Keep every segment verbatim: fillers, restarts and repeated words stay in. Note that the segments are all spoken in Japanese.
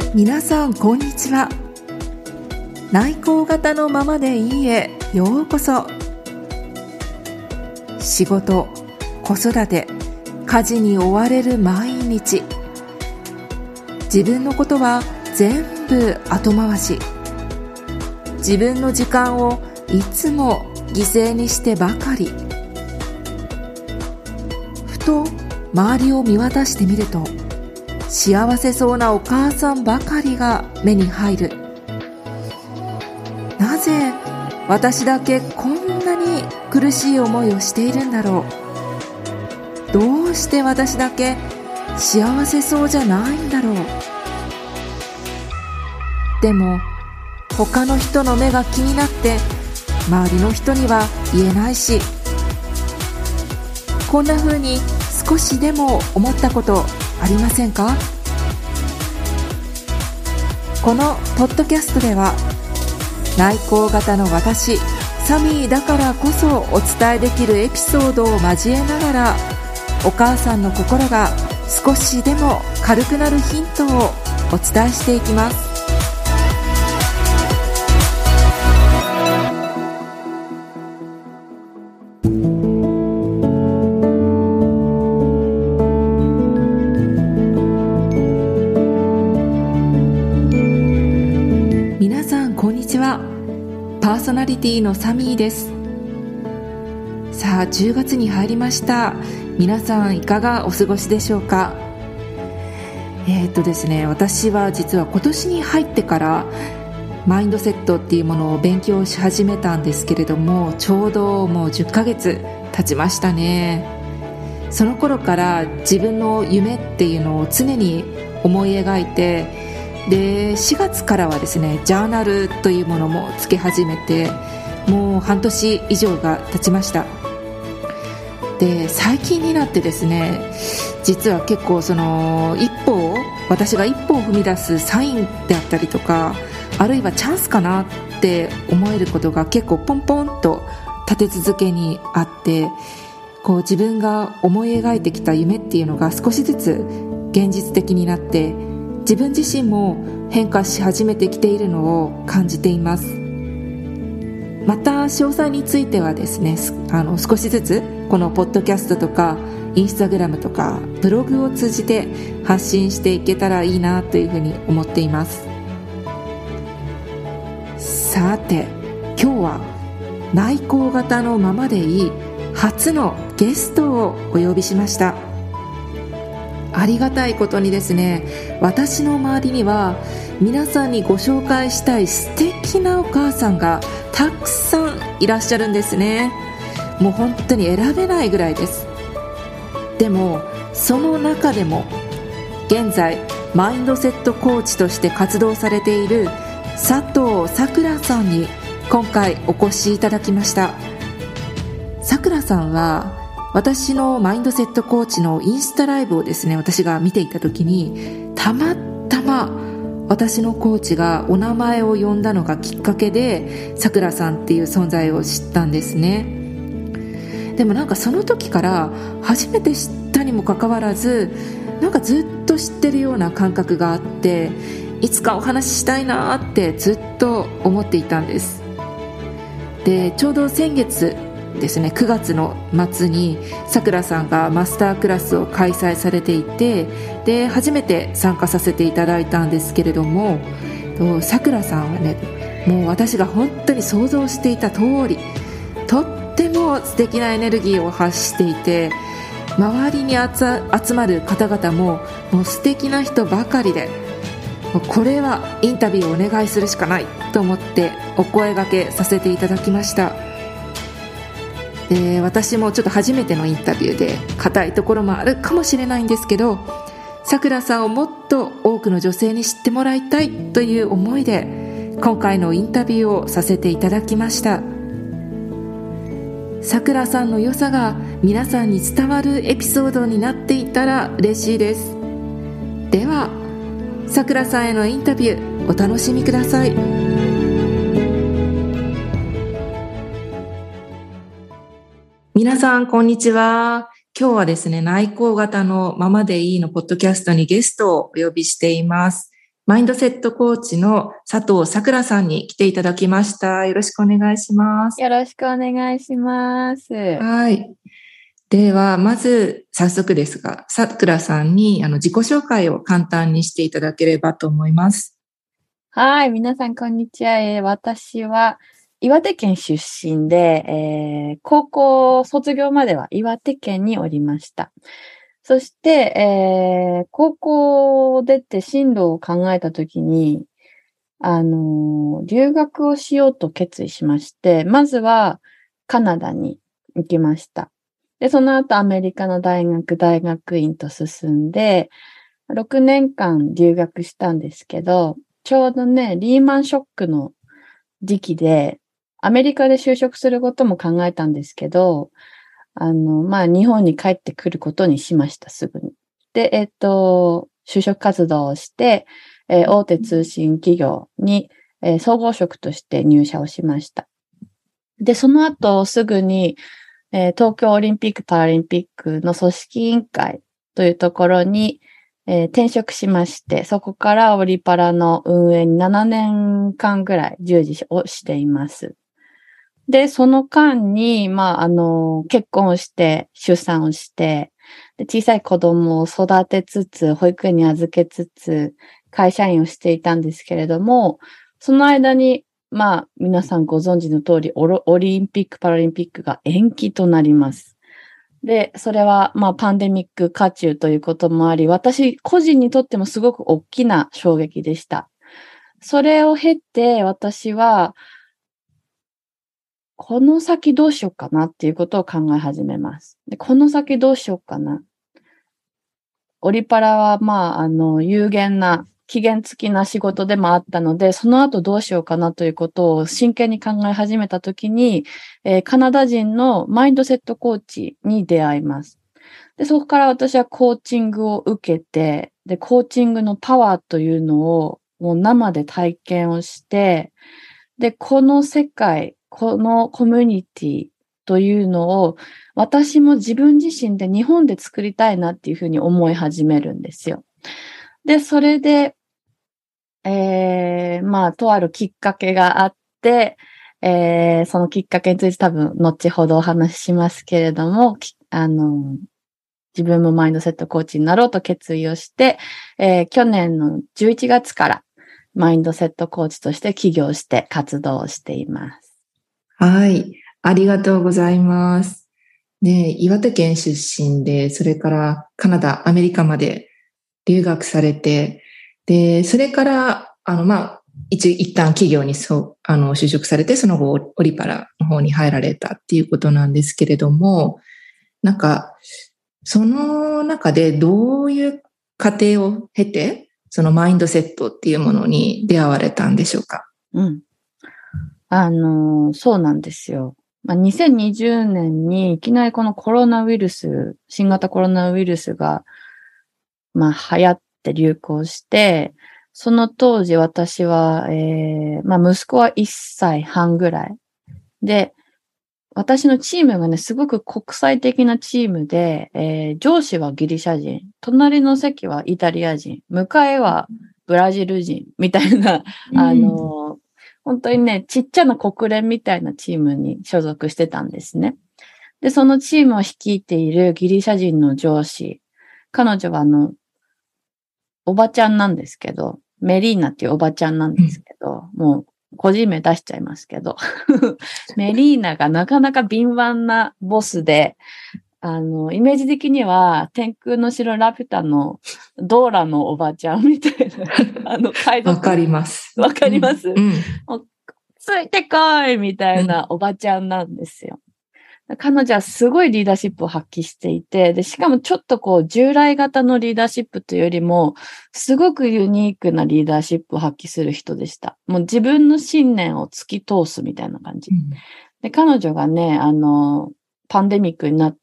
皆さんこんにちは。内向型のままでいいへようこそ。仕事、子育て、家事に追われる毎日。自分のことは全部後回し。自分の時間をいつも犠牲にしてばかり。ふと周りを見渡してみると、幸せそうなお母さんばかりが目に入る。なぜ私だけこんなに苦しい思いをしているんだろう。どうして私だけ幸せそうじゃないんだろう。でも他の人の目が気になって周りの人には言えないし、こんな風に少しでも思ったことありませんか？このポッドキャストでは、内向型の私サミーだからこそお伝えできるエピソードを交えながら、お母さんの心が少しでも軽くなるヒントをお伝えしていきます。皆さんこんにちは。パーソナリティのサミーです。さあじゅうがつに入りました。皆さんいかがお過ごしでしょうか？えーとですね私は実は今年に入ってからマインドセットっていうものを勉強し始めたんですけれども、ちょうどもうじゅっかげつ経ちましたね。その頃から自分の夢っていうのを常に思い描いて、でしがつからはですねジャーナルというものもつけ始めて、もう半年以上が経ちました。で最近になってですね、実は結構その一歩を私が一歩を踏み出すサインであったりとか、あるいはチャンスかなって思えることが結構ポンポンと立て続けにあって、こう自分が思い描いてきた夢っていうのが少しずつ現実的になって、自分自身も変化し始めてきているのを感じています。また詳細についてはですね、あの少しずつこのポッドキャストとかインスタグラムとかブログを通じて発信していけたらいいなというふうに思っています。さて今日は内向型のままでいい初のゲストをお呼びしました。ありがたいことにですね、私の周りには皆さんにご紹介したい素敵なお母さんがたくさんいらっしゃるんですね。もう本当に選べないぐらいです。でもその中でも現在マインドセットコーチとして活動されている佐藤さくらさんに今回お越しいただきました。さくらさんは私のマインドセットコーチのインスタライブをですね、私が見ていた時にたまたま私のコーチがお名前を呼んだのがきっかけで、さくらさんっていう存在を知ったんですね。でもなんかその時から初めて知ったにもかかわらず、なんかずっと知ってるような感覚があって、いつかお話ししたいなってずっと思っていたんです。でちょうど先月ですね、くがつの末にさくらさんがマスタークラスを開催されていて、で初めて参加させていただいたんですけれども、さくらさんはね、もう私が本当に想像していた通り、とっても素敵なエネルギーを発していて、周りに集まる方々ももう素敵な人ばかりで、これはインタビューをお願いするしかないと思ってお声掛けさせていただきました。で私もちょっと初めてのインタビューで硬いところもあるかもしれないんですけど、さくらさんをもっと多くの女性に知ってもらいたいという思いで今回のインタビューをさせていただきました。さくらさんの良さが皆さんに伝わるエピソードになっていたら嬉しいです。ではさくらさんへのインタビューお楽しみください。皆さんこんにちは。今日はですね、内向型のままでいいのポッドキャストにゲストをお呼びしています。 マインドセットコーチの佐藤さくらさんに来ていただきました。よろしくお願いします。 よろしくお願いします。 はい。では、まず早速ですが、さくらさんにあの自己紹介を簡単にしていただければと思います。 はい、皆さんこんにちは。えー、私は岩手県出身で、えー、高校卒業までは岩手県におりました。そして、えー、高校を出て進路を考えたときに、あのー、留学をしようと決意しまして、まずはカナダに行きました。で、その後アメリカの大学、大学院と進んで、ろくねんかん留学したんですけど、ちょうどね、リーマンショックの時期で、アメリカで就職することも考えたんですけど、あの、まあ、日本に帰ってくることにしました、すぐに。で、えっと、就職活動をして、えー大手通信企業に、えー総合職として入社をしました。で、その後すぐに、えー東京オリンピック・パラリンピックの組織委員会というところに、えー転職しまして、そこからオリパラの運営にななねんかんぐらい従事をしています。で、その間に、まあ、あの、結婚をして、出産をして、で小さい子供を育てつつ、保育園に預けつつ、会社員をしていたんですけれども、その間に、まあ、皆さんご存知の通り、オロオリンピック・パラリンピックが延期となります。で、それは、まあ、パンデミック渦中ということもあり、私個人にとってもすごく大きな衝撃でした。それを経て、私は、この先どうしようかなっていうことを考え始めます。で、この先どうしようかな。オリパラは、まあ、あの、有限な、期限付きな仕事でもあったので、その後どうしようかなということを真剣に考え始めたときに、えーカナダ人のマインドセットコーチに出会います。で、そこから私はコーチングを受けて、で、コーチングのパワーというのをもう生で体験をして、で、この世界、このコミュニティというのを私も自分自身で日本で作りたいなっていうふうに思い始めるんですよ。で、それで、えー、まあ、とあるきっかけがあって、えー、そのきっかけについて多分後ほどお話ししますけれども、きあの、自分もマインドセットコーチになろうと決意をして、えー去年のじゅういちがつからマインドセットコーチとして起業して活動をしています。 はい。ありがとうございます。で、岩手県出身で、それからカナダ、アメリカまで留学されて、で、それから、あの、まあ、一、一旦企業にそう、あの、就職されて、その後、オリパラの方に入られたっていうことなんですけれども、なんか、その中でどういう過程を経て、そのマインドセットっていうものに出会われたんでしょうか？ うん。あの、そうなんですよ。まあ、にせんにじゅうねんにいきなりこのコロナウイルス、新型コロナウイルスが、まあ、流行って流行して、その当時私は、えー、まあ、息子はいっさいはんぐらい。で、私のチームがね、すごく国際的なチームで、えー上司はギリシャ人、隣の席はイタリア人、向かいはブラジル人、みたいな、あのー本当にね、ちっちゃな国連みたいなチームに所属してたんですね。で、そのチームを率いているギリシャ人の上司、彼女はあの、おばちゃんなんですけど、メリーナっていうおばちゃんなんですけど、もう個人名出しちゃいますけど、メリーナがなかなか敏腕なボスで、あの、イメージ的には、天空の城ラピュタのドーラのおばちゃんみたいな、あの、海賊。 わかります。 わかります、 うん。 もうついてこいみたいなおばちゃんなんですよ。彼女はすごいリーダーシップを発揮していて、で、しかもちょっとこう、従来型のリーダーシップというよりも、すごくユニークなリーダーシップを発揮する人でした。もう自分の信念を突き通すみたいな感じ。で、彼女がね、あの、パンデミックになって、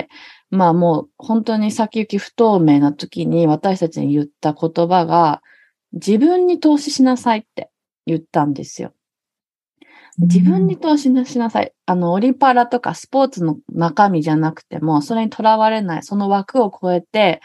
まあもう本当に先行き不透明な時に私たちに言った言葉が、自分に投資しなさいって言ったんですよ。自分に投資しなさい。あの、オリパラとかスポーツの中身じゃなくても、それにとらわれない、その枠を超えて、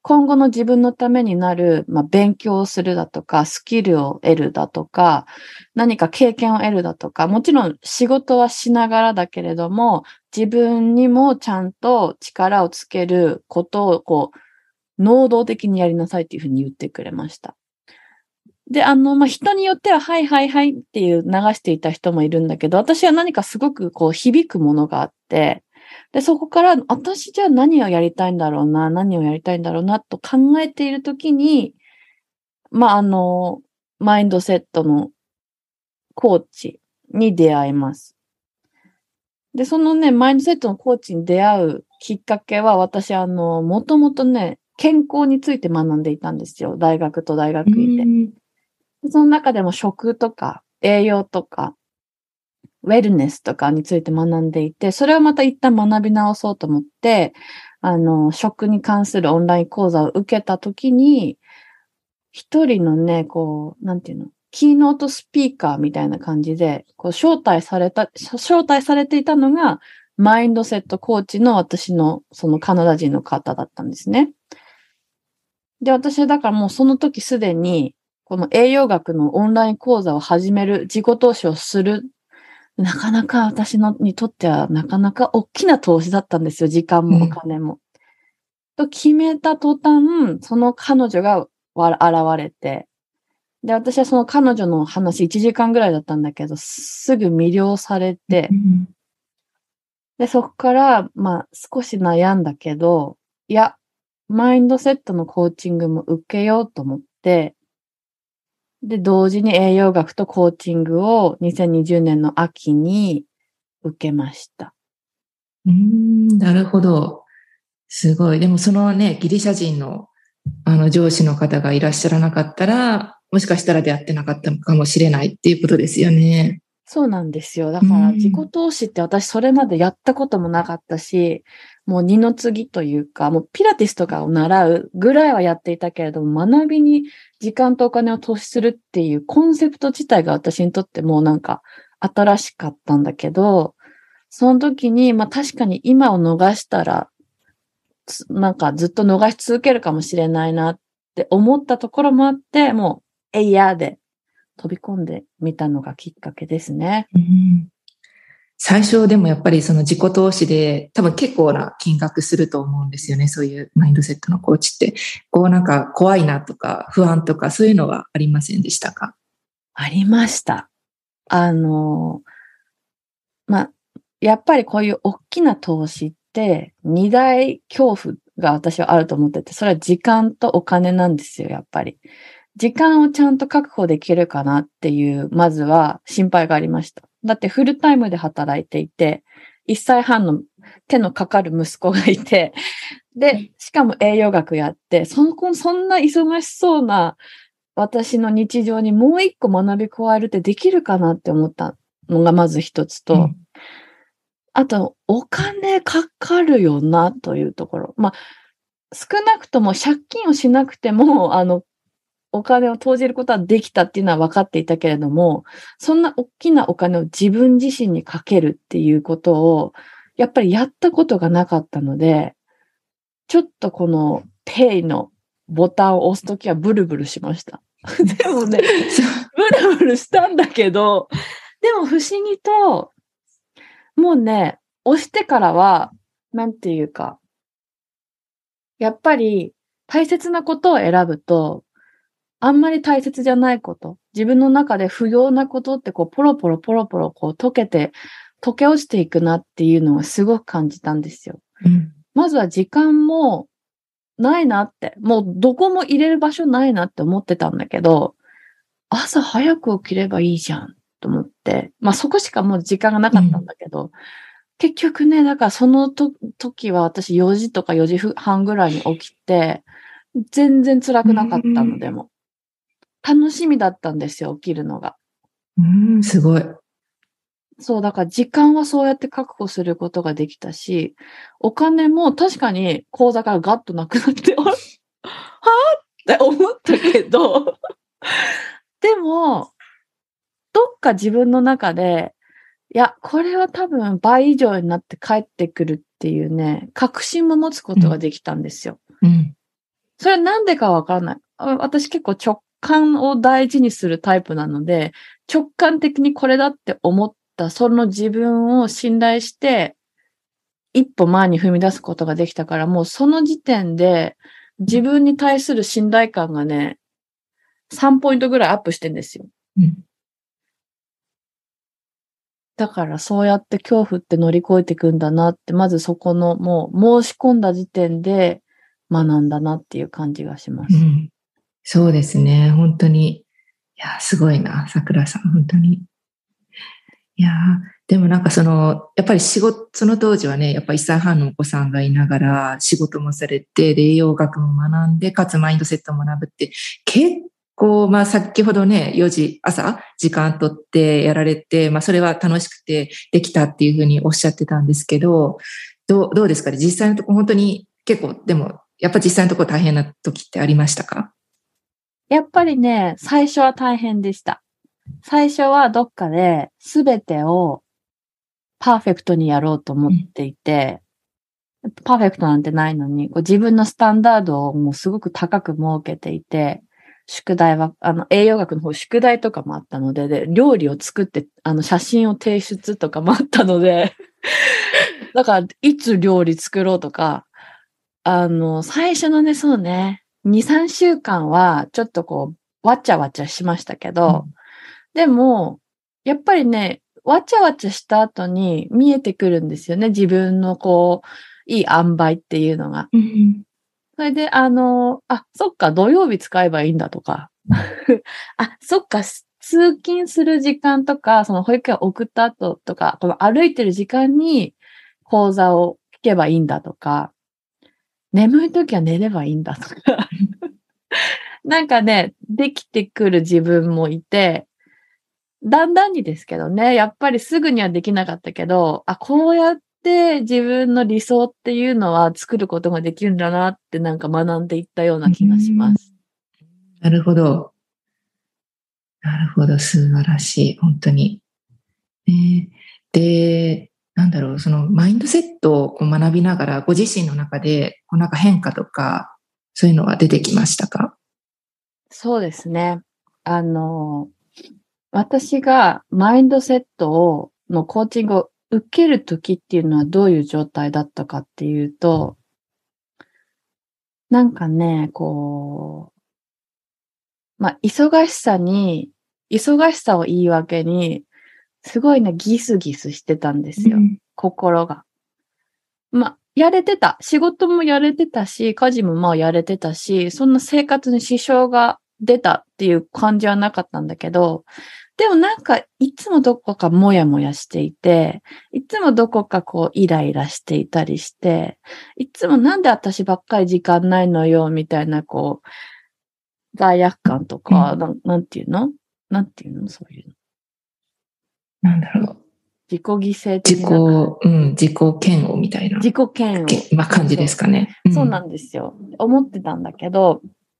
今後の自分のためになる、まあ、勉強をするだとか、スキルを得るだとか、何か経験を得るだとか、もちろん仕事はしながらだけれども、自分にもちゃんと力をつけることを、こう、能動的にやりなさいっていうふうに言ってくれました。で、あの、まあ、人によっては、はいはいはいっていう流していた人もいるんだけど、私は何かすごくこう、響くものがあって、で、そこから、私じゃあ何をやりたいんだろうな、何をやりたいんだろうな、と考えているときに、まあ、あの、マインドセットのコーチに出会います。で、そのね、マインドセットのコーチに出会うきっかけは、私、あの、もともとね、健康について学んでいたんですよ。大学と大学院で。でその中でも食とか栄養とか、ウェルネスとかについて学んでいて、それをまた一旦学び直そうと思って、あの、食に関するオンライン講座を受けたときに、一人のね、こう、なんていうの、キーノートスピーカーみたいな感じで、こう、招待された、招待されていたのが、マインドセットコーチの私の、そのカナダ人の方だったんですね。で、私はだからもうその時すでに、この栄養学のオンライン講座を始める、自己投資をする、なかなか私のにとってはなかなか大きな投資だったんですよ。時間もお金も。うん、と決めた途端、その彼女が現れて、で、私はその彼女の話いちじかんぐらいだったんだけど、すぐ魅了されて、うん、で、そこから、まあ少し悩んだけど、いや、マインドセットのコーチングも受けようと思って、で、同時に栄養学とコーチングをにせんにじゅうねんの秋に受けました。 うーん、なるほど。すごい。でもそのね、ギリシャ人のあの上司の方がいらっしゃらなかったら、もしかしたら出会ってなかったのかもしれないっていうことですよね。 そうなんですよ。だから自己投資って私それまでやったこともなかったし、もう二の次というか、もうピラティスとかを習うぐらいはやっていたけれども、学びに時間とお金を投資するっていうコンセプト自体が私にとってもうなんか新しかったんだけど、その時に、まあ確かに今を逃したら、なんかずっと逃し続けるかもしれないなって思ったところもあって、もう、えいやで飛び込んでみたのがきっかけですね。 うん、最初でもやっぱりその自己投資で多分結構な金額すると思うんですよね。そういうマインドセットのコーチって。こうなんか怖いなとか不安とかそういうのはありませんでしたか？ ありました。あの、まあ、やっぱりこういう大きな投資って二大恐怖が私はあると思ってて、それは時間とお金なんですよ、やっぱり。時間をちゃんと確保できるかなっていう、まずは心配がありました。だってフルタイムで働いていて、いっさいはんの手のかかる息子がいて、で、しかも栄養学やって、そのそんな忙しそうな私の日常にもう一個学び加えるってできるかなって思ったのがまず一つと、うん、あと、お金かかるよなというところ。まあ、少なくとも借金をしなくても、あの、お金を投じることはできたっていうのは分かっていたけれども、そんな大きなお金を自分自身にかけるっていうことを、やっぱりやったことがなかったので、ちょっとこのペイのボタンを押すときはブルブルしました。でもね、ブルブルしたんだけど、でも不思議と、もうね、押してからは、なんていうか、やっぱり大切なことを選ぶと、あんまり大切じゃないこと、自分の中で不要なことってこう、ポロポロポロポロこう溶けて、溶け落ちていくなっていうのをすごく感じたんですよ。うん、まずは時間もないなって、もうどこも入れる場所ないなって思ってたんだけど、朝早く起きればいいじゃんと思って、まあそこしかもう時間がなかったんだけど、うん、結局ね、だからそのと時は私よじとかよじはんぐらいに起きて、全然辛くなかったのでも。楽しみだったんですよ、起きるのが。 うーん、すごい。 そう、だから時間はそうやって確保することができたし、お金も確かに口座からガッとなくなって、あれはぁって思ったけど、でも、どっか自分の中で、いや、これは多分倍以上になって帰ってくるっていうね、確信も持つことができたんですよ。 うんうん、 それなんでかわかんない。私結構直感を大事にするタイプなので、直感的にこれだって思ったその自分を信頼して、一歩前に踏み出すことができたから、もうその時点で自分に対する信頼感がね、さんポイントぐらいアップしてんですよ。うん、だからそうやって恐怖って乗り越えていくんだなって、まずそこのもう申し込んだ時点で学んだなっていう感じがします。うん、 そうですね。本当に。いや、すごいな、桜さん、本当に。いやでもなんかその、やっぱり仕事、その当時はね、やっぱいっさいはんのお子さんがいながら仕事もされて、栄養学も学んで、かつマインドセットも学ぶって、結構、まあ先ほどね、よじ、朝、時間とってやられて、まあそれは楽しくてできたっていうふうにおっしゃってたんですけど、どう、どうですかね、実際のところ本当に結構、でも、やっぱ実際のところ大変な時ってありましたか？ やっぱりね、最初は大変でした。最初はどっかで全てをパーフェクトにやろうと思っていて、うん、パーフェクトなんてないのに、自分のスタンダードをもうすごく高く設けていて、宿題は、あの、栄養学の方、宿題とかもあったので、で、料理を作って、あの、写真を提出とかもあったので、だから、いつ料理作ろうとか、あの、最初のね、そうね、に、さんしゅうかんは、ちょっとこう、わちゃわちゃしましたけど、うん、でも、やっぱりね、わちゃわちゃした後に見えてくるんですよね。自分のこう、いい塩梅っていうのが。うん、それで、あの、あ、そっか、土曜日使えばいいんだとか。あ、そっか、通勤する時間とか、その保育園送った後とか、この歩いてる時間に講座を聞けばいいんだとか、眠い時は寝ればいいんだとか。なんかね、できてくる自分もいて、だんだんにですけどね、やっぱりすぐにはできなかったけど、あ、こうやって自分の理想っていうのは作ることができるんだなってなんか学んでいったような気がします。 なるほど。なるほど、素晴らしい、本当に。えー、で、なんだろう、そのマインドセットをこう学びながら、ご自身の中でこうなんか変化とか、そういうのは出てきましたか？ そうですね。あの、私がマインドセットを、のコーチングを受けるときっていうのはどういう状態だったかっていうと、なんかね、こう、まあ、忙しさに、忙しさを言い訳に、すごいね、ギスギスしてたんですよ。うん、心が。まあ、やれてた。仕事もやれてたし、家事もまあやれてたし、そんな生活に支障が出たっていう感じはなかったんだけど、でもなんか、いつもどこかもやもやしていて、いつもどこかこうイライラしていたりして、いつもなんで私ばっかり時間ないのよ、みたいなこう、罪悪感とか、うん、な, なんていうのなんていうのそういうの。 なんだろう。 自己犠牲的な。 自己、うん、自己嫌悪みたいな。 自己嫌悪。 まあ感じですかね。 そう、うん、そうなんですよ。思ってたんだけど、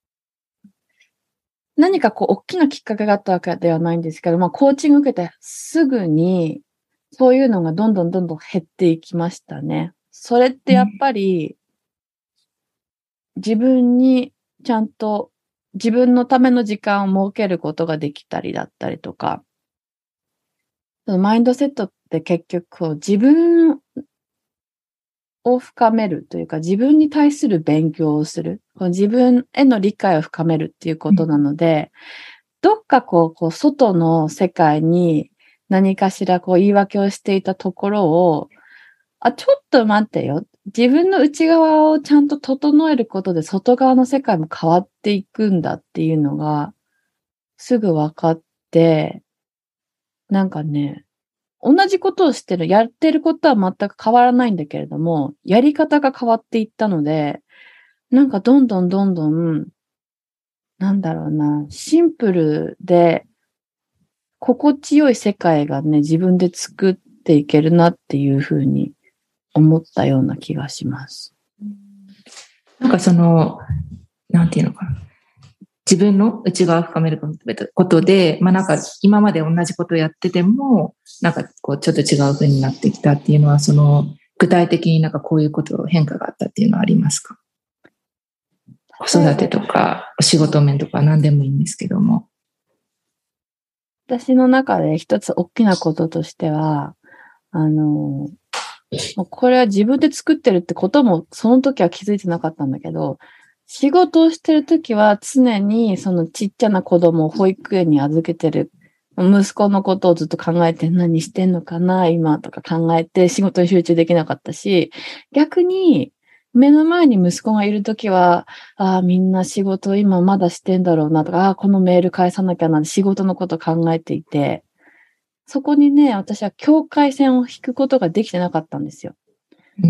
何かこう、大きなきっかけがあったわけではないんですけど、まあ、コーチング受けてすぐに、そういうのがどんどんどんどん減っていきましたね。それってやっぱり、自分にちゃんと自分のための時間を設けることができたりだったりとか、マインドセットって結局自分を深めるというか、自分に対する勉強をする。自分への理解を深めるっていうことなので、うん、どっかこう、こう外の世界に何かしらこう言い訳をしていたところを、あ、ちょっと待ってよ。自分の内側をちゃんと整えることで外側の世界も変わっていくんだっていうのがすぐ分かって、なんかね、同じことをしてる、やってることは全く変わらないんだけれども、やり方が変わっていったので、なんかどんどんどんどん、なんだろうな、シンプルで、心地よい世界がね、自分で作っていけるなっていうふうに思ったような気がします。 なんかその、なんていうのかな。自分の内側を深めることで、まあなんか今まで同じことをやってても、なんかこうちょっと違う風になってきたっていうのは、その具体的になんかこういうこと変化があったっていうのはありますか？ 子育てとか、お仕事面とか何でもいいんですけども。 私の中で一つ大きなこととしては、あの、もうこれは自分で作ってるってこともその時は気づいてなかったんだけど、仕事をしてる時は常にそのちっちゃな子供を保育園に預けてる。息子のことをずっと考えて何してんのかな今とか考えて仕事に集中できなかったし、逆に目の前に息子がいるときは、ああ、みんな仕事今まだしてんだろうなとか、ああ、このメール返さなきゃなって仕事のこと考えていて、そこにね、私は境界線を引くことができてなかったんですよ。 うん、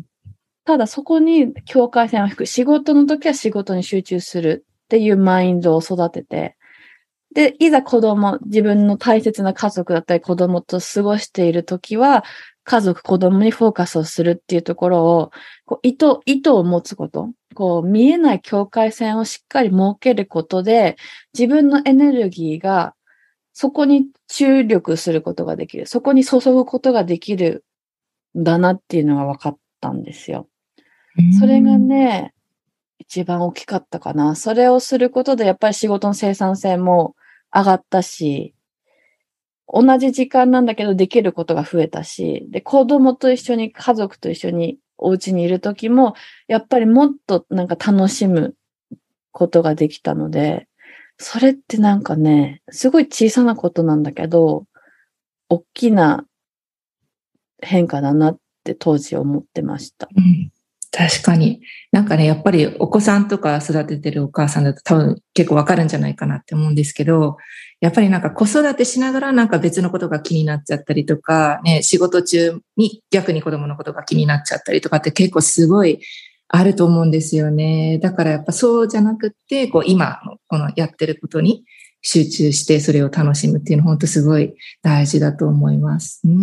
ただそこに境界線を引く。仕事の時は仕事に集中するっていうマインドを育てて、で、いざ子供、自分の大切な家族だったり子供と過ごしているときは、家族、子供にフォーカスをするっていうところを、こう意図、意図を持つこと、こう見えない境界線をしっかり設けることで、自分のエネルギーがそこに注力することができる。そこに注ぐことができるんだなっていうのが分かったんですよ。それがね、一番大きかったかな。それをすることでやっぱり仕事の生産性も上がったし、同じ時間なんだけどできることが増えたし、で、子供と一緒に、家族と一緒にお家にいるときも、やっぱりもっとなんか楽しむことができたので、それってなんかね、すごい小さなことなんだけど、大きな変化だなって当時思ってました。 うん、確かに。なんかね、やっぱりお子さんとか育ててるお母さんだと多分結構わかるんじゃないかなって思うんですけど、やっぱりなんか子育てしながらなんか別のことが気になっちゃったりとか、ね、仕事中に逆に子供のことが気になっちゃったりとかって結構すごいあると思うんですよね。だからやっぱそうじゃなくって、こう今のこのやってることに集中してそれを楽しむっていうのは本当すごい大事だと思います。うん、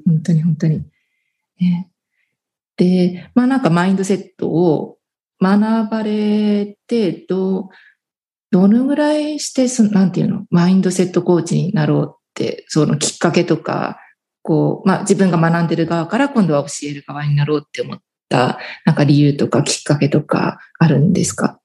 本当に本当に。ね、で、まあなんかマインドセットを学ばれて、ど、どのぐらいして、その、なんていうの、マインドセットコーチになろうって、そのきっかけとか、こう、まあ自分が学んでる側から今度は教える側になろうって思った、なんか理由とかきっかけとかあるんですか？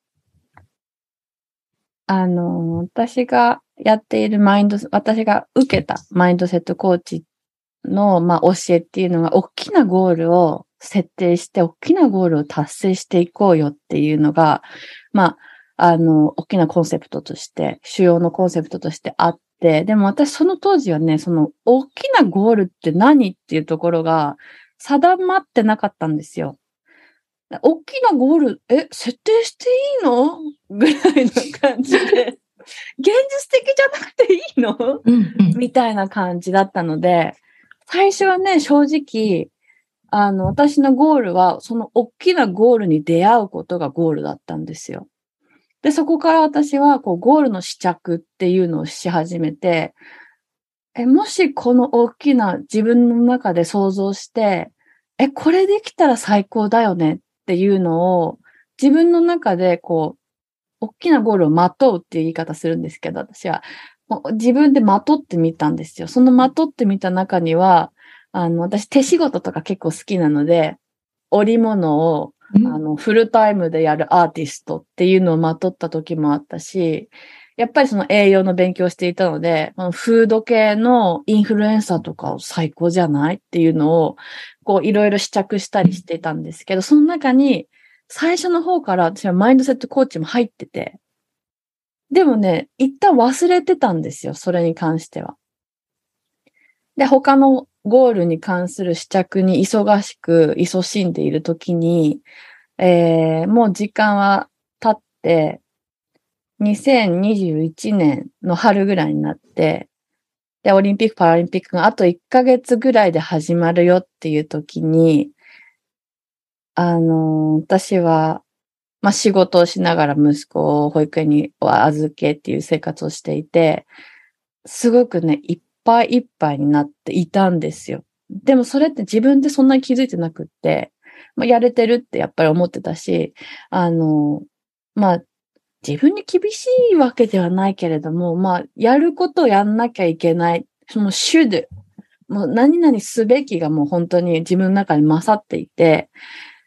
あの、私がやっているマインド、私が受けたマインドセットコーチの、まあ、教えっていうのが、大きなゴールを設定して、大きなゴールを達成していこうよっていうのが、まあ、あの、大きなコンセプトとして、主要のコンセプトとしてあって、でも私その当時はね、その大きなゴールって何っていうところが定まってなかったんですよ。大きなゴール、え、設定していいのぐらいな感じで、現実的じゃなくていいの、 うんうん、 みたいな感じだったので、最初はね、正直、あの、私のゴールは、その大きなゴールに出会うことがゴールだったんですよ。で、そこから私は、こう、ゴールの試着っていうのをし始めて、え、もしこの大きな自分の中で想像して、え、これできたら最高だよねっていうのを、自分の中で、こう、大きなゴールをまとうっていう言い方するんですけど、私は、もう自分でまとってみたんですよ。そのまとってみた中には、あの、私手仕事とか結構好きなので、織物を、あの、フルタイムでやるアーティストっていうのをまとった時もあったし、やっぱりその栄養の勉強をしていたので、フード系のインフルエンサーとかを最高じゃないっていうのを、こういろいろ試着したりしていたんですけど、その中に、最初の方から私はマインドセットコーチも入ってて、でもね、一旦忘れてたんですよ、それに関しては。で、他のゴールに関する試着に忙しく、勤しんでいるときに、えー、もう時間は経って、にせんにじゅういちねんの春ぐらいになって、で、オリンピック・パラリンピックがあといっかげつぐらいで始まるよっていうときに、あのー、私は、まあ、仕事をしながら息子を保育園に預けっていう生活をしていて、すごくね、いっぱいいっぱいになっていたんですよ。でもそれって自分でそんなに気づいてなくって、まあ、やれてるってやっぱり思ってたし、あの、まあ、自分に厳しいわけではないけれども、まあ、やることをやんなきゃいけない。その should、もう何々すべきがもう本当に自分の中に勝っていて、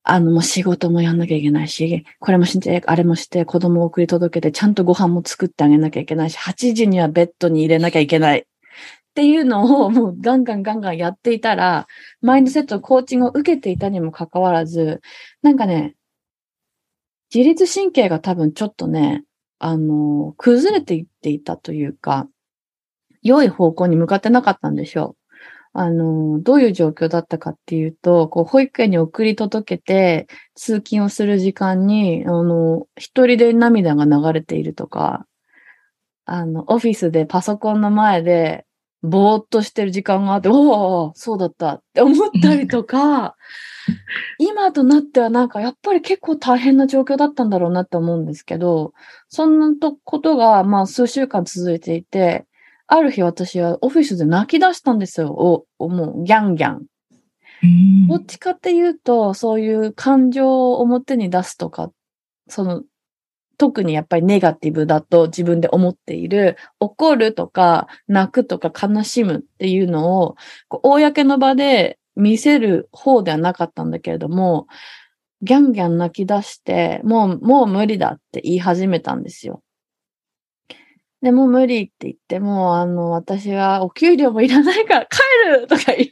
あの、もう仕事もやんなきゃいけないし、これもして、あれもして、子供を送り届けて、ちゃんとご飯も作ってあげなきゃいけないし、はちじにはベッドに入れなきゃいけないっていうのをもうガンガンガンガンやっていたら、マインドセットのコーチングを受けていたにもかかわらず、なんかね、自律神経が多分ちょっとね、あの、崩れていっていたというか、良い方向に向かってなかったんでしょう。あの、どういう状況だったかっていうと、こう、保育園に送り届けて、通勤をする時間に、あの、一人で涙が流れているとか、あの、オフィスでパソコンの前で、ぼーっとしてる時間があって、おお、そうだったって思ったりとか、今となってはなんかやっぱり結構大変な状況だったんだろうなって思うんですけど、そんなとことがまあ数週間続いていて、ある日私はオフィスで泣き出したんですよ。お、おもうギャンギャン。 うんどっちかっていうと、そういう感情を表に出すとか、その、特にやっぱりネガティブだと自分で思っている、怒るとか、泣くとか悲しむっていうのを、こう公の場で見せる方ではなかったんだけれども、ギャンギャン泣き出して、もう、もう無理だって言い始めたんですよ。で、もう無理って言って、もうあの、私はお給料もいらないから帰るとか言って、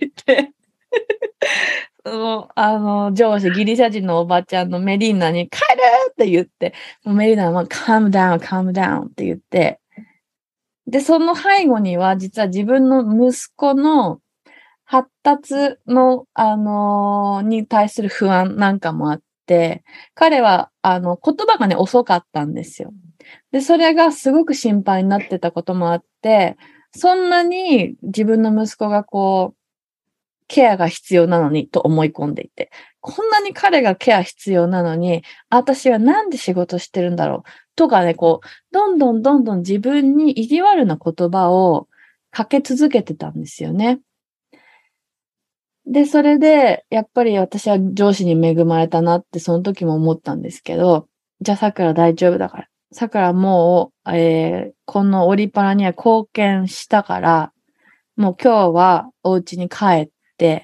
その、あの、上司、ギリシャ人のおばちゃんのメリーナに帰るって言って、もうメリーナは calm down, calm down って言って、で、その背後には実は自分の息子の発達の、あのーに対する不安なんかもあって、彼は、あの、言葉がね、遅かったんですよ。で、それがすごく心配になってたこともあって、そんなに自分の息子がこう、ケアが必要なのにと思い込んでいて、こんなに彼がケア必要なのに、私はなんで仕事してるんだろうとかね、こう、どんどんどんどん自分に意地悪な言葉をかけ続けてたんですよね。で、それで、やっぱり私は上司に恵まれたなってその時も思ったんですけど、じゃあ桜大丈夫だから。桜もう、えー、このオリパラには貢献したから、もう今日はお家に帰って、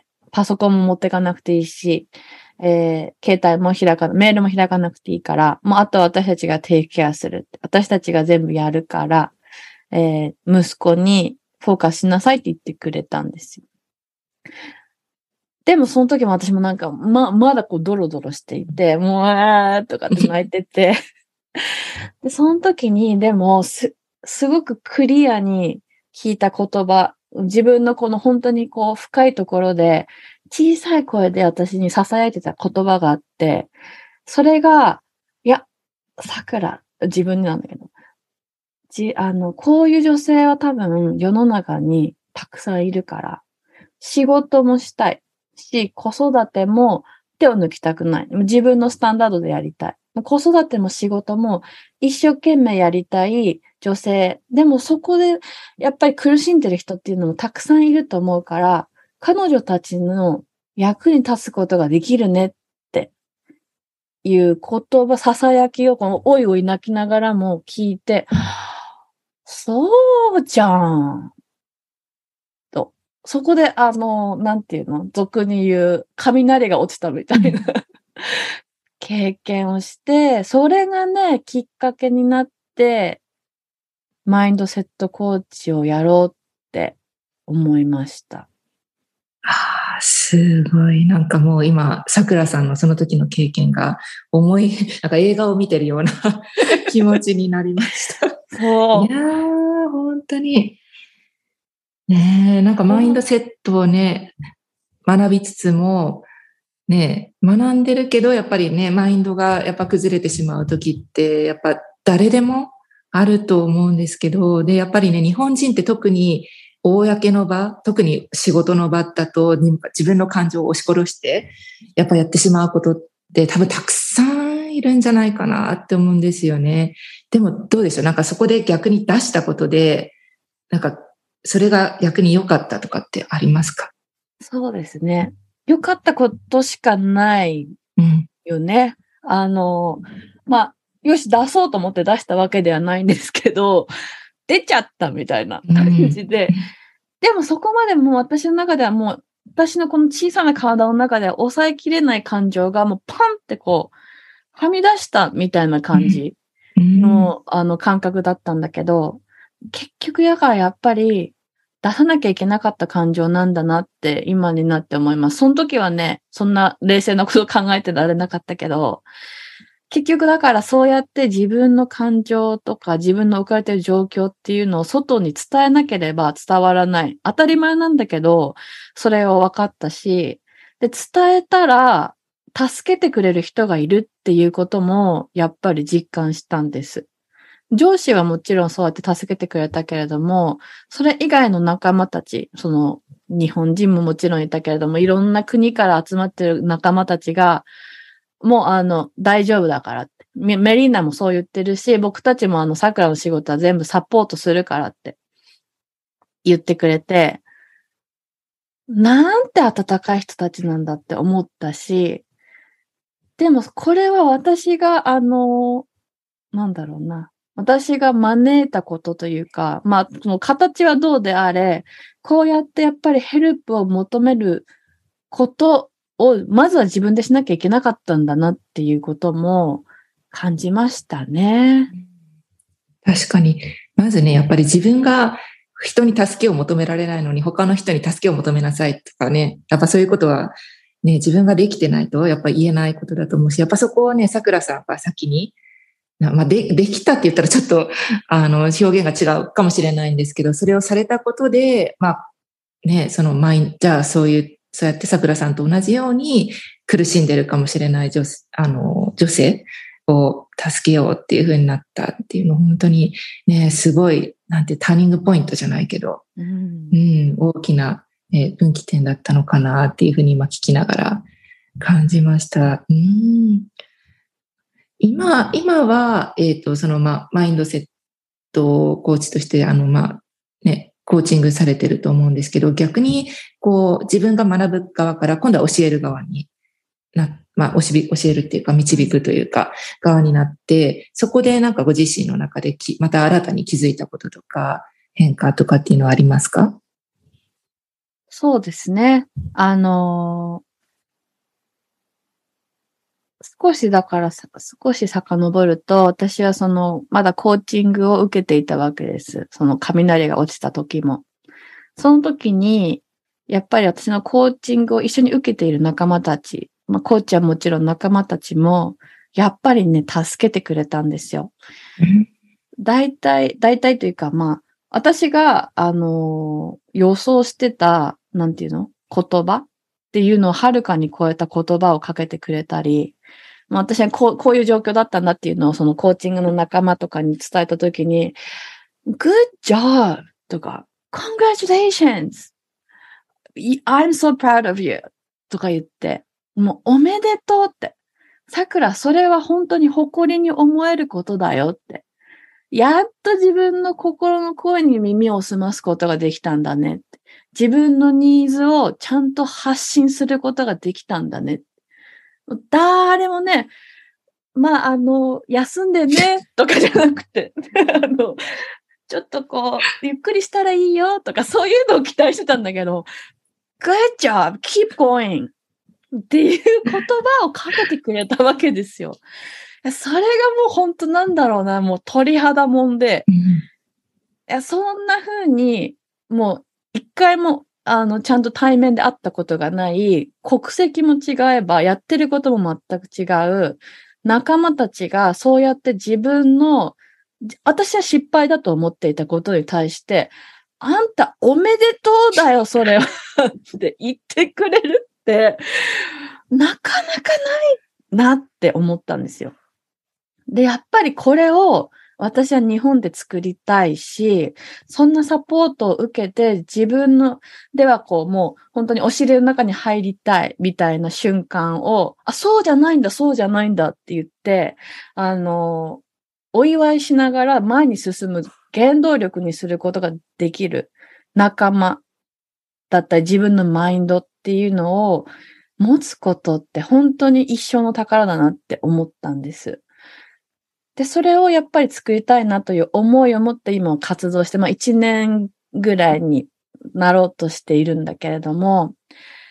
パソコンも持ってかなくていいし、えー、携帯も開かな、メールも開かなくていいから、もうあとは私たちがテイクケアする。私たちが全部やるから、えー、息子にフォーカスしなさいって言ってくれたんですよ。でもその時も私もなんか、ま、まだこうドロドロしていて、もう、あーとかって泣いてて。で、その時に、でも、す、すごくクリアに聞いた言葉、自分のこの本当にこう深いところで、小さい声で私に囁いてた言葉があって、それが、いや、桜、自分なんだけど、じ、あの、こういう女性は多分世の中にたくさんいるから、仕事もしたいし、子育ても手を抜きたくない。自分のスタンダードでやりたい。子育ても仕事も一生懸命やりたい女性。でもそこでやっぱり苦しんでる人っていうのもたくさんいると思うから、彼女たちの役に立つことができるねっていう言葉、囁きをこのおいおい泣きながらも聞いて、そうじゃん。と。そこで、あの、なんていうの、俗に言う、雷が落ちたみたいな経験をして、それがね、きっかけになって、マインドセットコーチをやろうって思いました。 ああ、すごい。なんかもう今、桜さんのその時の経験が思い、なんか映画を見てるような気持ちになりました。 そう。 いやー、本当に。ねえ、なんかマインドセットをね、学びつつも、ね、学んでるけど、やっぱりね、マインドがやっぱ崩れてしまう時って、やっぱ誰でもあると思うんですけど、で、やっぱりね、日本人って特に公の場、特に仕事の場だと、自分の感情を押し殺して、やっぱやってしまうことって多分たくさんいるんじゃないかなって思うんですよね。でもどうでしょう、なんかそこで逆に出したことで、なんかそれが逆に良かったとかってありますか？ そうですね。良かったことしかないよね。うん、あの、まあ、よし、出そうと思って出したわけではないんですけど、出ちゃったみたいな感じで、うん、でもそこまでもう私の中ではもう私のこの小さな体の中で抑えきれない感情がもうパンってこう、はみ出したみたいな感じの、うん、あの感覚だったんだけど、結局やからやっぱり出さなきゃいけなかった感情なんだなって今になって思います。その時はね、そんな冷静なことを考えてられなかったけど、結局だからそうやって自分の感情とか自分の置かれている状況っていうのを外に伝えなければ伝わらない。当たり前なんだけど、それを分かったし、で、伝えたら助けてくれる人がいるっていうこともやっぱり実感したんです。上司はもちろんそうやって助けてくれたけれども、それ以外の仲間たち、その日本人ももちろんいたけれども、いろんな国から集まってる仲間たちが、もうあの、大丈夫だからって。メリーナもそう言ってるし、僕たちもあの、桜の仕事は全部サポートするからって言ってくれて、なんて温かい人たちなんだって思ったし、でもこれは私があの、なんだろうな。私が招いたことというか、まあ、その形はどうであれ、こうやってやっぱりヘルプを求めることを、まずは自分でしなきゃいけなかったんだなっていうことも感じましたね。 確かに。まずね、やっぱり自分が人に助けを求められないのに他の人に助けを求めなさいとかね、やっぱそういうことはね、自分ができてないとやっぱ言えないことだと思うし、やっぱそこはね、桜さんが先にまあ、で、できたって言ったらちょっと、あの、表現が違うかもしれないんですけど、それをされたことで、まあ、ね、そのマイン、じゃあそういう、そうやって桜さんと同じように苦しんでるかもしれない女、あの、女性を助けようっていう風になったっていうの、本当にね、すごい、なんてターニングポイントじゃないけど、うん、うん、大きな、ね、分岐点だったのかなっていう風に今聞きながら感じました。うん今、今は、えっと、その、まあ、マインドセットコーチとして、あの、まあ、ね、コーチングされてると思うんですけど、逆に、こう、自分が学ぶ側から、今度は教える側にな、まあ、教え、教えるっていうか、導くというか、側になって、そこでなんかご自身の中でき、また新たに気づいたこととか、変化とかっていうのはありますか？ そうですね。あのー少しだから少し遡ると、私はその、まだコーチングを受けていたわけです。その雷が落ちた時も。その時に、やっぱり私のコーチングを一緒に受けている仲間たち、まあコーチはもちろん仲間たちも、やっぱりね、助けてくれたんですよ。大体、大体というか、まあ、私が、あのー、予想してた、なんていうの？言葉っていうのをはるかに超えた言葉をかけてくれたり、まあ、私はこう、こういう状況だったんだっていうのをそのコーチングの仲間とかに伝えたときに、Good job! とか、Congratulations! I'm so proud of you! とか言って、もうおめでとうって。桜、それは本当に誇りに思えることだよって。やっと自分の心の声に耳を澄ますことができたんだねって。自分のニーズをちゃんと発信することができたんだね。誰もね、まあ、あの、休んでね、とかじゃなくて、あの、ちょっとこう、ゆっくりしたらいいよ、とか、そういうのを期待してたんだけど、Good job! Keep going! っていう言葉をかけてくれたわけですよ。それがもう本当なんだろうな、もう鳥肌もんで、うん、いやそんな風に、もう一回も、あの、ちゃんと対面で会ったことがない、国籍も違えば、やってることも全く違う、仲間たちがそうやって自分の、私は失敗だと思っていたことに対して、あんたおめでとうだよ、それはって言ってくれるって、なかなかないなって思ったんですよ。で、やっぱりこれを私は日本で作りたいし、そんなサポートを受けて自分の、ではこうもう本当にお尻の中に入りたいみたいな瞬間を、あ、そうじゃないんだ、そうじゃないんだって言って、あの、お祝いしながら前に進む原動力にすることができる仲間だったり自分のマインドっていうのを持つことって本当に一生の宝だなって思ったんです。で、それをやっぱり作りたいなという思いを持って今活動して、まあ一年ぐらいになろうとしているんだけれども、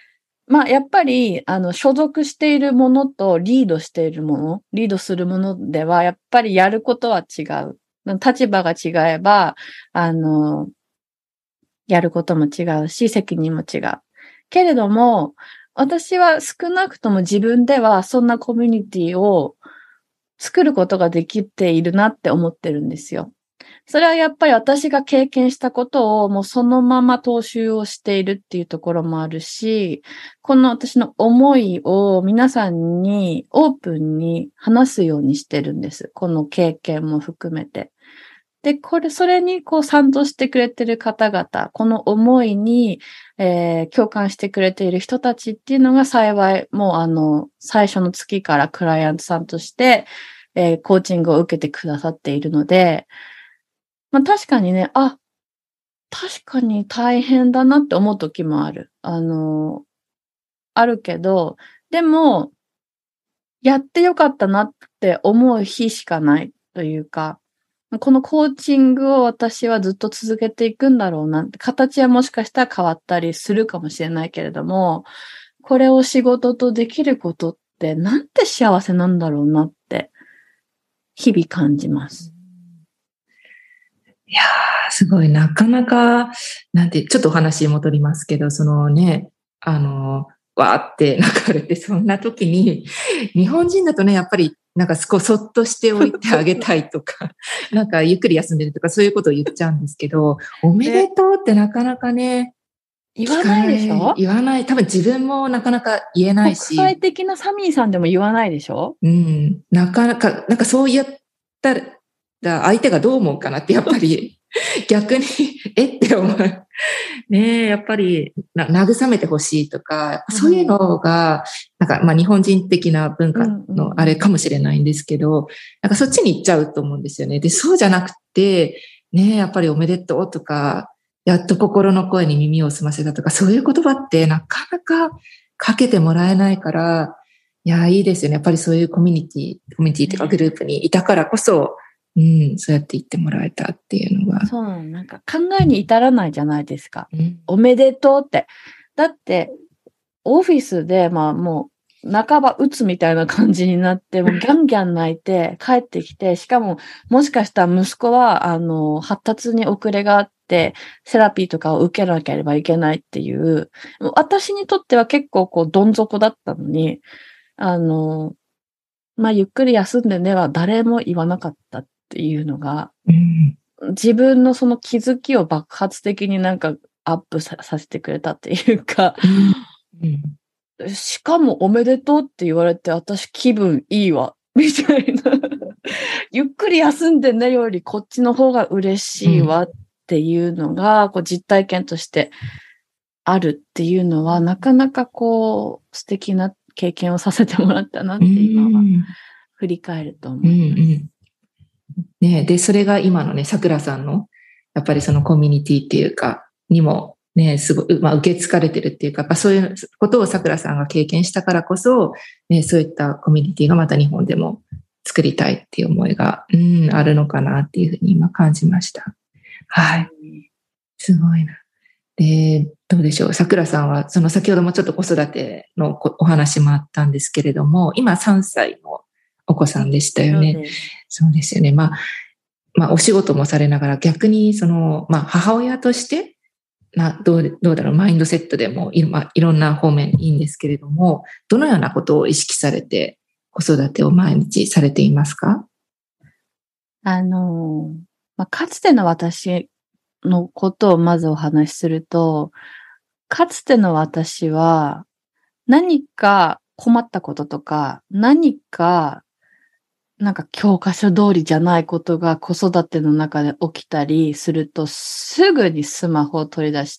まあ、やっぱり、あの、所属しているものとリードしているもの、リードするものでは、やっぱりやることは違う。立場が違えば、あの、やることも違うし、責任も違う。けれども、私は少なくとも自分ではそんなコミュニティを作ることができているなって思ってるんですよ。それはやっぱり私が経験したことをもうそのまま踏襲をしているっていうところもあるし、この私の思いを皆さんにオープンに話すようにしてるんです。この経験も含めて。で、これ、それにこう賛同してくれてる方々、この思いに、えー、共感してくれている人たちっていうのが幸い、もうあの、最初の月からクライアントさんとして、えー、コーチングを受けてくださっているので、まあ確かにね、あ、確かに大変だなって思う時もある。あの、あるけど、でも、やってよかったなって思う日しかないというか、このコーチングを私はずっと続けていくんだろうなって、形はもしかしたら変わったりするかもしれないけれども、これを仕事とできることってなんて幸せなんだろうなって、日々感じます。 いやー、すごい、なかなか、なんて、ちょっとお話に戻りますけど、そのね、あの、わーって泣かれて、そんな時に、日本人だとね、やっぱり、なんかこう、そっとしておいてあげたいとか、なんかゆっくり休んでるとか、そういうことを言っちゃうんですけど、おめでとうってなかなかね、 言わないでしょ？ 言わない。多分自分もなかなか言えないし。 国際的なサミーさんでも言わないでしょ？ うん。なかなか、なんかそう言ったら、相手がどう思うかなって、やっぱり、逆に、えって思う。ねえ、やっぱり、な、慰めてほしいとか、そういうのが、なんか、まあ日本人的な文化のあれかもしれないんですけど、なんかそっちに行っちゃうと思うんですよね。で、そうじゃなくて、ねえ、やっぱりおめでとうとか、やっと心の声に耳を澄ませたとか、そういう言葉ってなかなかかけてもらえないから、いや、いいですよね。やっぱりそういうコミュニティ、コミュニティというかグループにいたからこそ、うん、そうやって言ってもらえたっていうのが。 そうなの、なんか考えに至らないじゃないですか。 うん、 おめでとうって。だって、オフィスで、まあもう、半ば鬱みたいな感じになって、もうギャンギャン泣いて帰ってきて、しかも、もしかしたら息子は、あの、発達に遅れがあって、セラピーとかを受けなければいけないっていう、私にとっては結構こう、どん底だったのに、あの、まあ、ゆっくり休んでねは誰も言わなかったっていうのが、 うん、 自分のその気づきを爆発的になんかアップ さ, させてくれたっていうか、 うんうん、 しかもおめでとうって言われて私気分いいわ、みたいな。ゆっくり休んでねよりこっちの方が嬉しいわっていうのが、こう実体験としてあるっていうのは、なかなかこう素敵な経験をさせてもらったなって今は振り返ると思います。うんうんね、で、それが今のね、桜さんの、やっぱりそのコミュニティっていうか、にもね、すごい、まあ、受け継がれてるっていうか、やっぱそういうことを桜さんが経験したからこそ、ね、そういったコミュニティがまた日本でも作りたいっていう思いが、うん、あるのかなっていうふうに今感じました。はい。すごいな。で、どうでしょう。桜さんは、その先ほどもちょっと子育てのお話もあったんですけれども、今さんさいのお子さんでしたよね。そうです、そうですよね。まあ、まあ、お仕事もされながら逆に、その、まあ、母親として、などう、どうだろう、マインドセットでもいろ、まあ、いろんな方面いいんですけれども、どのようなことを意識されて、子育てを毎日されていますか？ あの、まあ、かつての私のことをまずお話しすると、かつての私は何か困ったこととか、何かなんか教科書通りじゃないことが子育ての中で起きたりすると、すぐにスマホを取り出して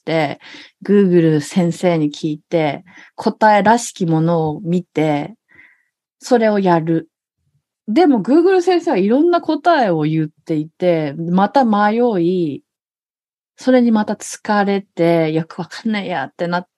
、Google 先生に聞いて、答えらしきものを見て、それをやる。でも Google 先生はいろんな答えを言っていて、また迷い、それにまた疲れて、よくわかんないやってなって、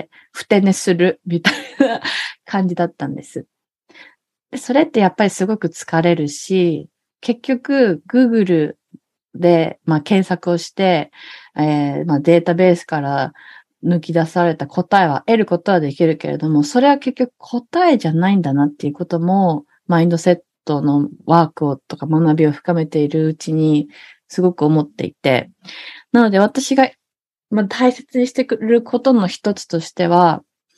ふて寝するみたいな感じだったんです。それってやっぱりすごく疲れるし、結局 Google で、まあ、検索をして、えーまあ、データベースから抜き出された答えは得ることはできるけれども、それは結局答えじゃないんだなっていうことも、マインドセットのワークをとか学びを深めているうちにすごく思っていて、なので私がまあ大切にしてくることの一つとしては、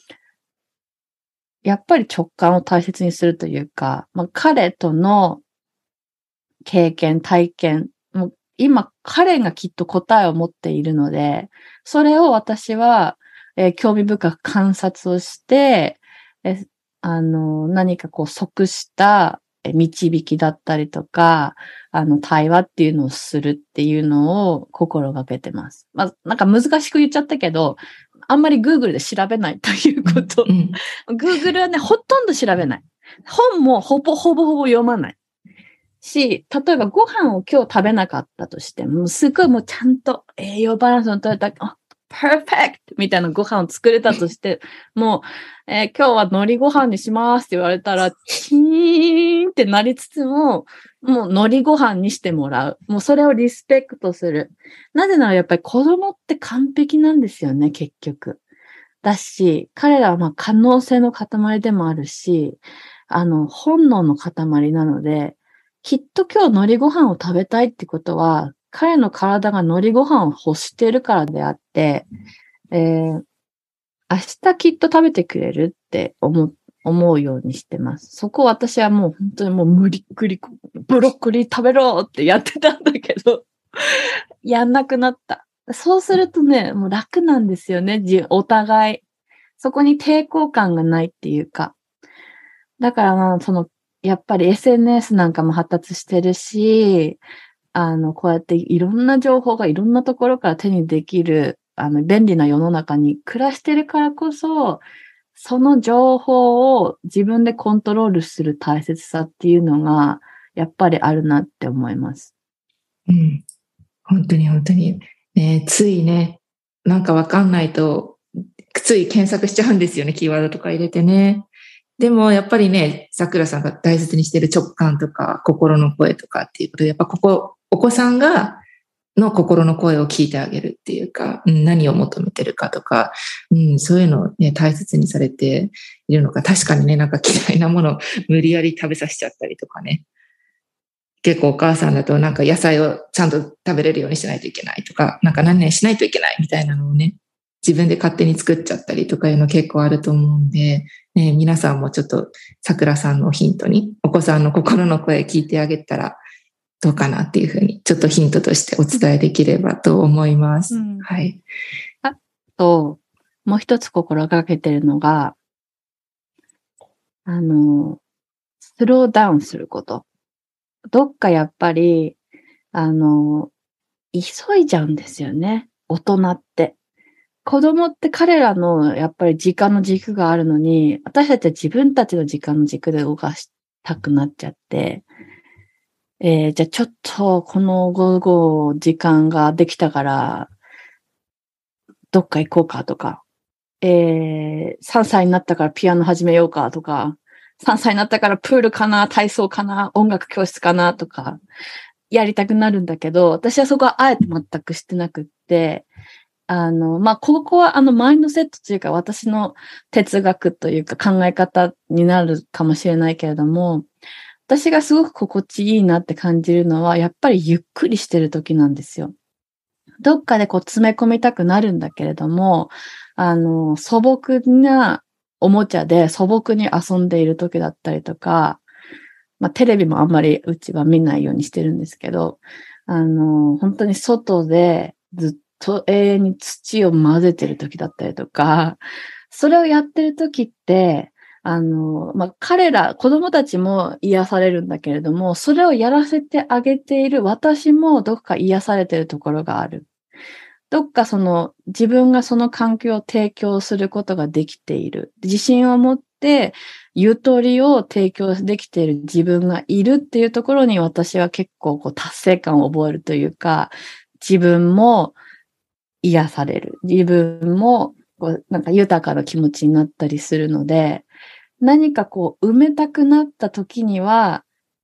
やっぱり直感を大切にするというか、まあ、彼との経験、体験、もう今彼がきっと答えを持っているので、それを私は、えー興味深く観察をして、えあの、何かこう即したえ導きだったりとか、あの、対話っていうのをするっていうのを心がけてます。まあ、なんか難しく言っちゃったけど、あんまり Google で調べないということ。 うんうん、 Google はね、ほとんど調べない。本もほぼほぼほぼ読まない。し、例えばご飯を今日食べなかったとしても、すごいもうちゃんと栄養バランスの取れた、あ、パーフェクトみたいなご飯を作れたとして、もう、えー今日は海苔ご飯にしますって言われたら、チーンってなりつつも、もう海苔ご飯にしてもらう。もうそれをリスペクトする。なぜならやっぱり子供って完璧なんですよね、結局。だし、彼らはまあ可能性の塊でもあるし、あの、本能の塊なので、きっと今日海苔ご飯を食べたいってことは、彼の体が海苔ご飯を欲しているからであって、えー明日きっと食べてくれるって思う、思うようにしてます。そこを私はもう本当にもう無理っくり、ブロッコリー食べろってやってたんだけど、やんなくなった。そうするとね、もう楽なんですよね、じお互い。そこに抵抗感がないっていうか。だからまあ、その、やっぱり エスエヌエス なんかも発達してるし、あの、こうやっていろんな情報がいろんなところから手にできる、あの、便利な世の中に暮らしてるからこそ、その情報を自分でコントロールする大切さっていうのが、やっぱりあるなって思います。 うん、本当に本当に。ね、ついね、なんかわかんないと、つい検索しちゃうんですよね、キーワードとか入れてね。でもやっぱりね、桜さんが大切にしてる直感とか心の声とかっていうことで、やっぱここ、お子さんが、の心の声を聞いてあげるっていうか、うん、何を求めてるかとか、うん、そういうのをね、大切にされているのか、確かにね、なんか嫌いなものを無理やり食べさせちゃったりとかね。結構お母さんだとなんか野菜をちゃんと食べれるようにしないといけないとか、なんか何々しないといけないみたいなのをね、自分で勝手に作っちゃったりとかいうの結構あると思うんで、ね、皆さんもちょっと桜さんのヒントにお子さんの心の声聞いてあげたらどうかなっていうふうにちょっとヒントとしてお伝えできればと思います。うん、はい。 あと、もう一つ心がけてるのが、あの、スローダウンすること。どっかやっぱり、あの、急いじゃうんですよね。大人って。子供って彼らのやっぱり時間の軸があるのに、私たちは自分たちの時間の軸で動かしたくなっちゃって、えー、じゃあちょっとこの午後時間ができたから、どっか行こうかとか、えー、さんさいになったからピアノ始めようかとか、さんさいになったからプールかな、体操かな、音楽教室かなとか、やりたくなるんだけど、私はそこはあえて全くしてなくって、あの、まあ、ここはあのマインドセットというか私の哲学というか考え方になるかもしれないけれども、私がすごく心地いいなって感じるのは、やっぱりゆっくりしてる時なんですよ。どっかでこう詰め込みたくなるんだけれども、あの、素朴なおもちゃで素朴に遊んでいる時だったりとか、まあ、テレビもあんまりうちは見ないようにしてるんですけど、あの、本当に外でずっと永遠に土を混ぜてる時だったりとか、それをやってる時って、あの、まあ、彼ら、子供たちも癒されるんだけれども、それをやらせてあげている私もどっか癒されてるところがある。どっかその自分がその環境を提供することができている。自信を持ってゆとりを提供できている自分がいるっていうところに私は結構こう達成感を覚えるというか、自分も癒される。自分もこうなんか豊かな気持ちになったりするので、何かこう埋めたくなった時には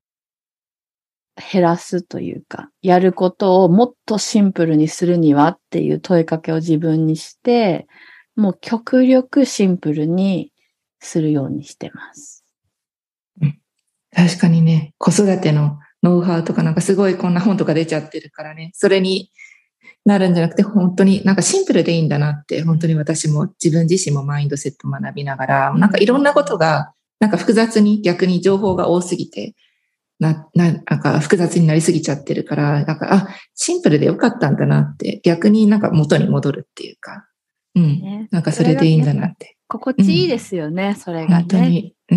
減らすというか、やることをもっとシンプルにするにはっていう問いかけを自分にして、 もう極力シンプルにするようにしてます。 うん、確かにね、子育てのノウハウとかなんかすごいこんな本とか出ちゃってるからね、それになるんじゃなくて本当になんかシンプルでいいんだなって、本当に私も自分自身もマインドセット学びながら、なんかいろんなことがなんか複雑に逆に情報が多すぎて、な、な、なんか複雑になりすぎちゃってるから、なんか、あ、シンプルでよかったんだなって、逆になんか元に戻るっていうか、うん。ね、なんかそれでいいんだなって。ね、 心地いいですよね、うん、それがね。 本当に、うん。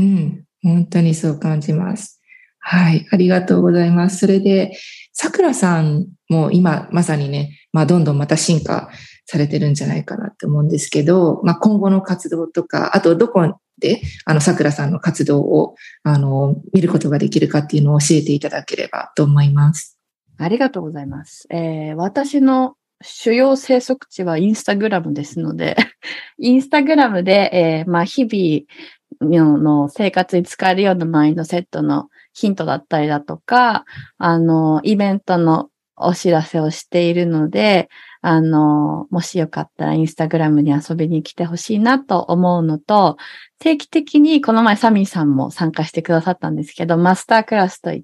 本当にそう感じます。はい。ありがとうございます。それで、さくらさんも今まさにね、まあどんどんまた進化されてるんじゃないかなって思うんですけど、まあ今後の活動とか、あとどこで、あの、さくらさんの活動を、あの、見ることができるかっていうのを教えていただければと思います。 ありがとうございます。えー、私の主要生息地はインスタグラムですので、インスタグラムで、えー、まあ、日々の生活に使えるようなマインドセットのヒントだったりだとか、あの、イベントのお知らせをしているので、あの、もしよかったらインスタグラムに遊びに来てほしいなと思うのと、定期的にこの前サミーさんも参加してくださったんですけど、マスタークラスといって、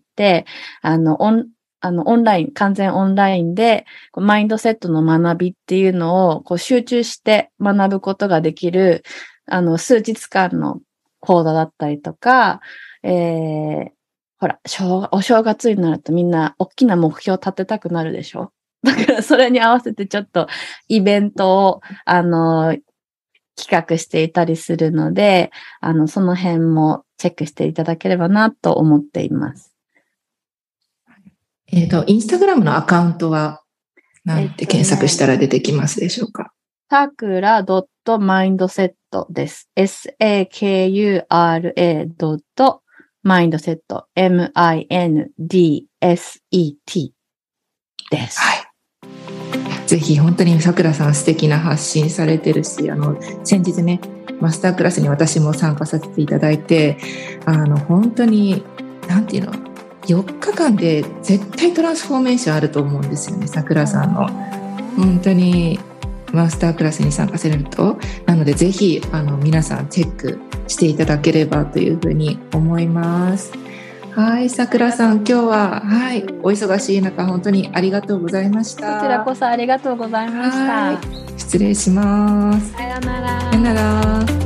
あの、オン、あの、オンライン、完全オンラインで、マインドセットの学びっていうのを、こう、集中して学ぶことができる、あの、数日間の講座だったりとか、えー、ほら、お正月になるとみんな大きな目標を立てたくなるでしょ？だからそれに合わせてちょっとイベントを、あの、企画していたりするので、あの、その辺もチェックしていただければなと思っています。 えっと、インスタグラムのアカウントは何て検索したら出てきますでしょうか？ さくら .mindset です。エスエーケーユーアールエー mindset、エムアイエヌディーエスイーティー です。 はい。ぜひ本当にさくらさん素敵な発信されてるし、あの、先日ね、マスタークラスに私も参加させていただいて、あの、本当に、なんていうの、よっかかんで絶対トランスフォーメーションあると思うんですよね、さくらさんの。本当にマスタークラスに参加されると。なのでぜひあの皆さんチェックしていただければというふうに思います。はい、さくらさん今日は、はい、お忙しい中本当にありがとうございました。 こちらこそありがとうございました。 失礼します。 さよなら。 さよなら。